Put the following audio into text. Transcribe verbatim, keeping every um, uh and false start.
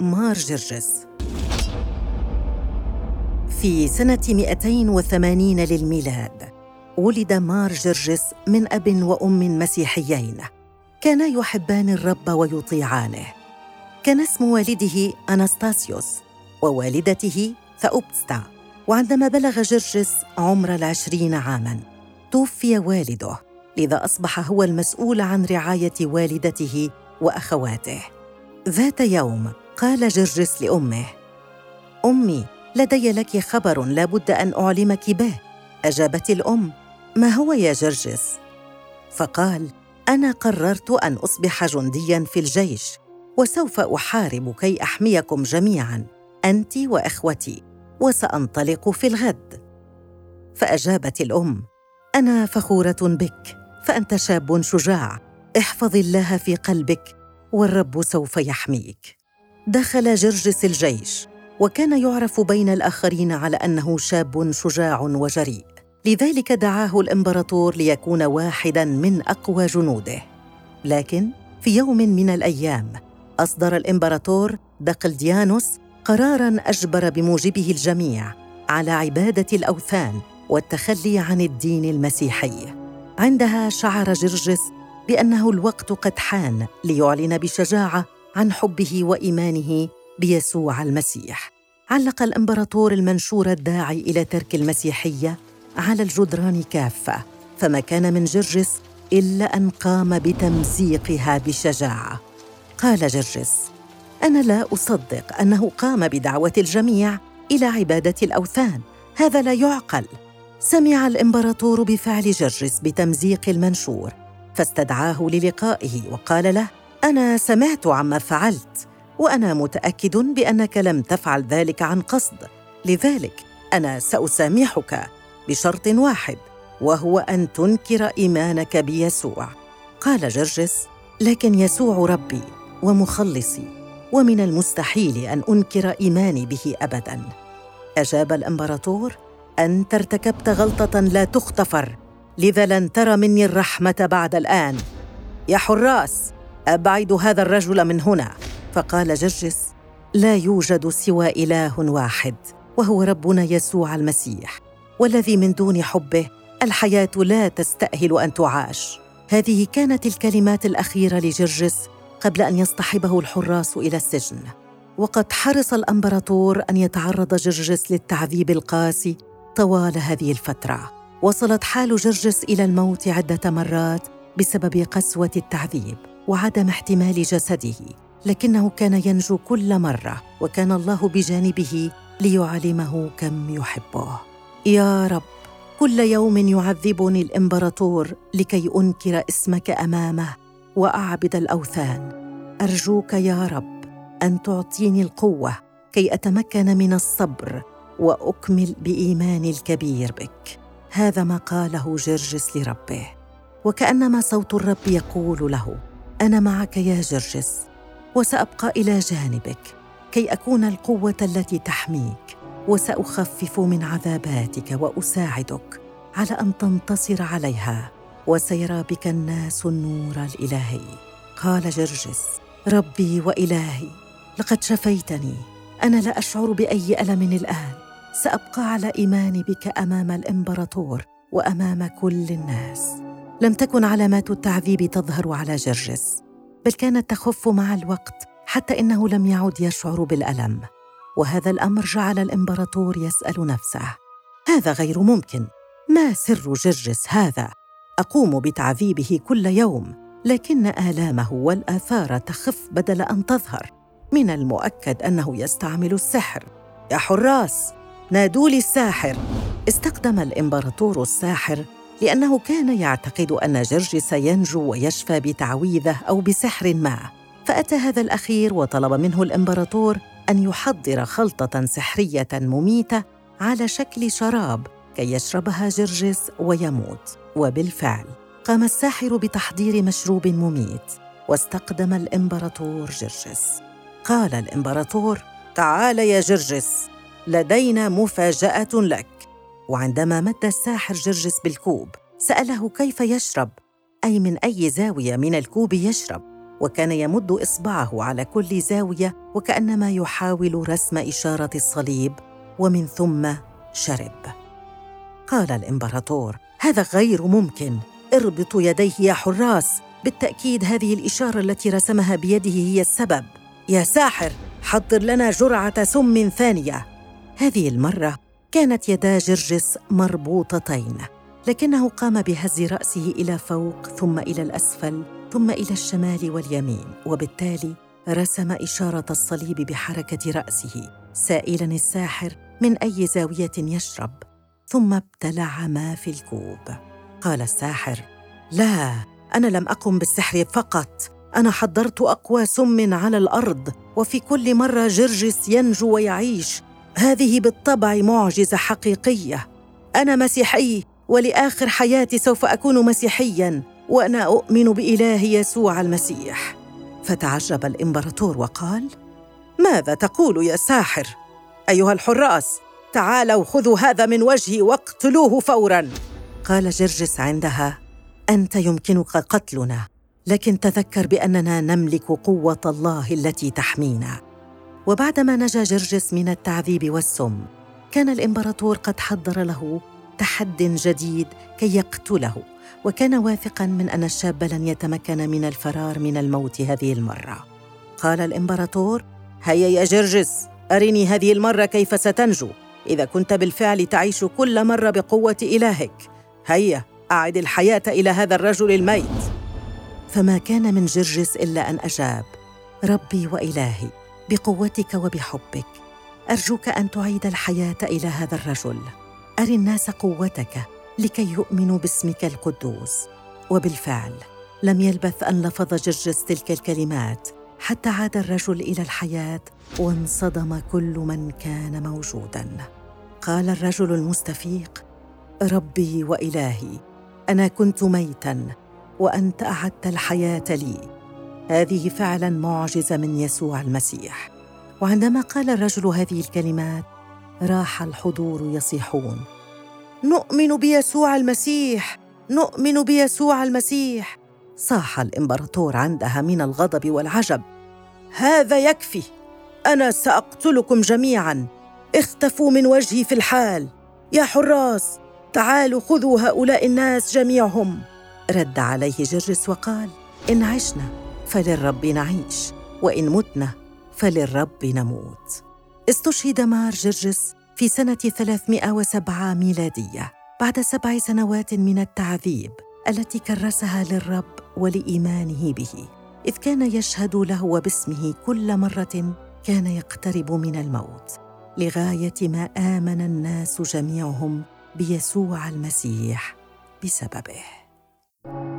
مار جرجس. في سنة مئتين وثمانين للميلاد ولد مار جرجس من أب وأم مسيحيين كانا يحبان الرب ويطيعانه. كان اسم والده أناستاسيوس ووالدته ثأوبستا. وعندما بلغ جرجس عمر العشرين عاماً توفي والده، لذا أصبح هو المسؤول عن رعاية والدته وأخواته. ذات يوم قال جرجس لأمه: أمي، لدي لك خبر لا بد أن أعلمك به. أجابت الأم: ما هو يا جرجس؟ فقال: أنا قررت أن أصبح جندياً في الجيش، وسوف أحارب كي أحميكم جميعاً، أنت وإخوتي، وسأنطلق في الغد. فأجابت الأم: أنا فخورة بك، فأنت شاب شجاع، احفظ الله في قلبك والرب سوف يحميك. دخل جرجس الجيش، وكان يعرف بين الآخرين على أنه شاب شجاع وجريء، لذلك دعاه الإمبراطور ليكون واحداً من أقوى جنوده. لكن في يوم من الأيام أصدر الإمبراطور دقلديانوس قراراً أجبر بموجبه الجميع على عبادة الأوثان والتخلي عن الدين المسيحي. عندها شعر جرجس بأنه الوقت قد حان ليعلن بشجاعة عن حبه وإيمانه بيسوع المسيح. علق الإمبراطور المنشور الداعي إلى ترك المسيحية على الجدران كافة، فما كان من جرجس إلا أن قام بتمزيقها بشجاعة. قال جرجس: أنا لا أصدق أنه قام بدعوة الجميع إلى عبادة الأوثان، هذا لا يعقل. سمع الإمبراطور بفعل جرجس بتمزيق المنشور، فاستدعاه للقائه وقال له: أنا سمعت عما فعلت، وأنا متأكد بأنك لم تفعل ذلك عن قصد، لذلك أنا سأسامحك بشرط واحد، وهو أن تنكر إيمانك بيسوع. قال جرجس: لكن يسوع ربي ومخلصي، ومن المستحيل أن أنكر إيماني به أبداً. أجاب الإمبراطور: أنت ارتكبت غلطة لا تغتفر، لذا لن ترى مني الرحمة بعد الآن. يا حراس، أبعد هذا الرجل من هنا. فقال جرجس: لا يوجد سوى إله واحد، وهو ربنا يسوع المسيح، والذي من دون حبه الحياة لا تستأهل أن تعاش. هذه كانت الكلمات الأخيرة لجرجس قبل أن يصطحبه الحراس إلى السجن. وقد حرص الإمبراطور أن يتعرض جرجس للتعذيب القاسي طوال هذه الفترة. وصلت حال جرجس إلى الموت عدة مرات بسبب قسوة التعذيب وعدم احتمال جسده، لكنه كان ينجو كل مرة، وكان الله بجانبه ليعلمه كم يحبه. يا رب، كل يوم يعذبني الإمبراطور لكي أنكر اسمك أمامه وأعبد الأوثان. أرجوك يا رب أن تعطيني القوة كي أتمكن من الصبر وأكمل بإيماني الكبير بك. هذا ما قاله جرجس لربه، وكأنما صوت الرب يقول له: أنا معك يا جرجس، وسأبقى إلى جانبك كي أكون القوة التي تحميك، وسأخفف من عذاباتك وأساعدك على أن تنتصر عليها، وسيرى بك الناس النور الإلهي. قال جرجس: ربي وإلهي، لقد شفيتني، أنا لا أشعر بأي ألم الآن، سأبقى على إيماني بك أمام الإمبراطور وأمام كل الناس. لم تكن علامات التعذيب تظهر على جرجس، بل كانت تخف مع الوقت، حتى إنه لم يعد يشعر بالألم. وهذا الأمر جعل الإمبراطور يسأل نفسه: هذا غير ممكن، ما سر جرجس هذا؟ أقوم بتعذيبه كل يوم، لكن آلامه والآثار تخف بدل أن تظهر. من المؤكد أنه يستعمل السحر. يا حراس، نادوا لي الساحر. استخدم الإمبراطور الساحر لأنه كان يعتقد أن جرجس ينجو ويشفى بتعويذة أو بسحر ما. فأتى هذا الأخير وطلب منه الإمبراطور أن يحضر خلطة سحرية مميتة على شكل شراب كي يشربها جرجس ويموت. وبالفعل قام الساحر بتحضير مشروب مميت، واستقدم الإمبراطور جرجس. قال الإمبراطور: تعال يا جرجس، لدينا مفاجأة لك. وعندما مد الساحر جرجس بالكوب سأله كيف يشرب، أي من أي زاوية من الكوب يشرب. وكان يمد إصبعه على كل زاوية وكأنما يحاول رسم إشارة الصليب، ومن ثم شرب. قال الإمبراطور: هذا غير ممكن، اربطوا يديه يا حراس، بالتأكيد هذه الإشارة التي رسمها بيده هي السبب. يا ساحر، حضر لنا جرعة سم ثانية. هذه المرة كانت يدا جرجس مربوطتين، لكنه قام بهز رأسه إلى فوق ثم إلى الأسفل ثم إلى الشمال واليمين، وبالتالي رسم إشارة الصليب بحركة رأسه، سائلاً الساحر من أي زاوية يشرب، ثم ابتلع ما في الكوب. قال الساحر: لا، أنا لم أقم بالسحر فقط، أنا حضرت أقوى سم على الأرض، وفي كل مرة جرجس ينجو ويعيش. هذه بالطبع معجزة حقيقية. أنا مسيحي، ولآخر حياتي سوف أكون مسيحياً، وأنا أؤمن بإله يسوع المسيح. فتعجب الإمبراطور وقال: ماذا تقول يا ساحر؟ أيها الحراس، تعالوا خذوا هذا من وجهي واقتلوه فوراً. قال جرجس عندها: أنت يمكنك قتلنا، لكن تذكر بأننا نملك قوة الله التي تحمينا. وبعدما نجا جرجس من التعذيب والسم، كان الإمبراطور قد حضر له تحد جديد كي يقتله، وكان واثقاً من أن الشاب لن يتمكن من الفرار من الموت هذه المرة. قال الإمبراطور: هيا يا جرجس، أرني هذه المرة كيف ستنجو إذا كنت بالفعل تعيش كل مرة بقوة إلهك. هيا، أعد الحياة إلى هذا الرجل الميت. فما كان من جرجس إلا أن أجاب: ربي وإلهي، بقوتك وبحبك أرجوك أن تعيد الحياة إلى هذا الرجل. أري الناس قوتك لكي يؤمنوا باسمك القدوس. وبالفعل لم يلبث أن لفظ جرجس تلك الكلمات حتى عاد الرجل إلى الحياة، وانصدم كل من كان موجوداً. قال الرجل المستفيق: ربي وإلهي، أنا كنت ميتاً وأنت أعدت الحياة لي. هذه فعلاً معجزة من يسوع المسيح. وعندما قال الرجل هذه الكلمات، راح الحضور يصيحون: نؤمن بيسوع المسيح، نؤمن بيسوع المسيح. صاح الإمبراطور عندها من الغضب والعجب: هذا يكفي، أنا سأقتلكم جميعاً، اختفوا من وجهي في الحال. يا حراس، تعالوا خذوا هؤلاء الناس جميعهم. رد عليه جرجس وقال: إن عشنا فللرب نعيش، وإن متنا فللرب نموت. استشهد مار جرجس في سنة ثلاثمائة وسبعة ميلادية، بعد سبع سنوات من التعذيب التي كرسها للرب ولإيمانه به، إذ كان يشهد له وباسمه كل مرة كان يقترب من الموت، لغاية ما آمن الناس جميعهم بيسوع المسيح بسببه.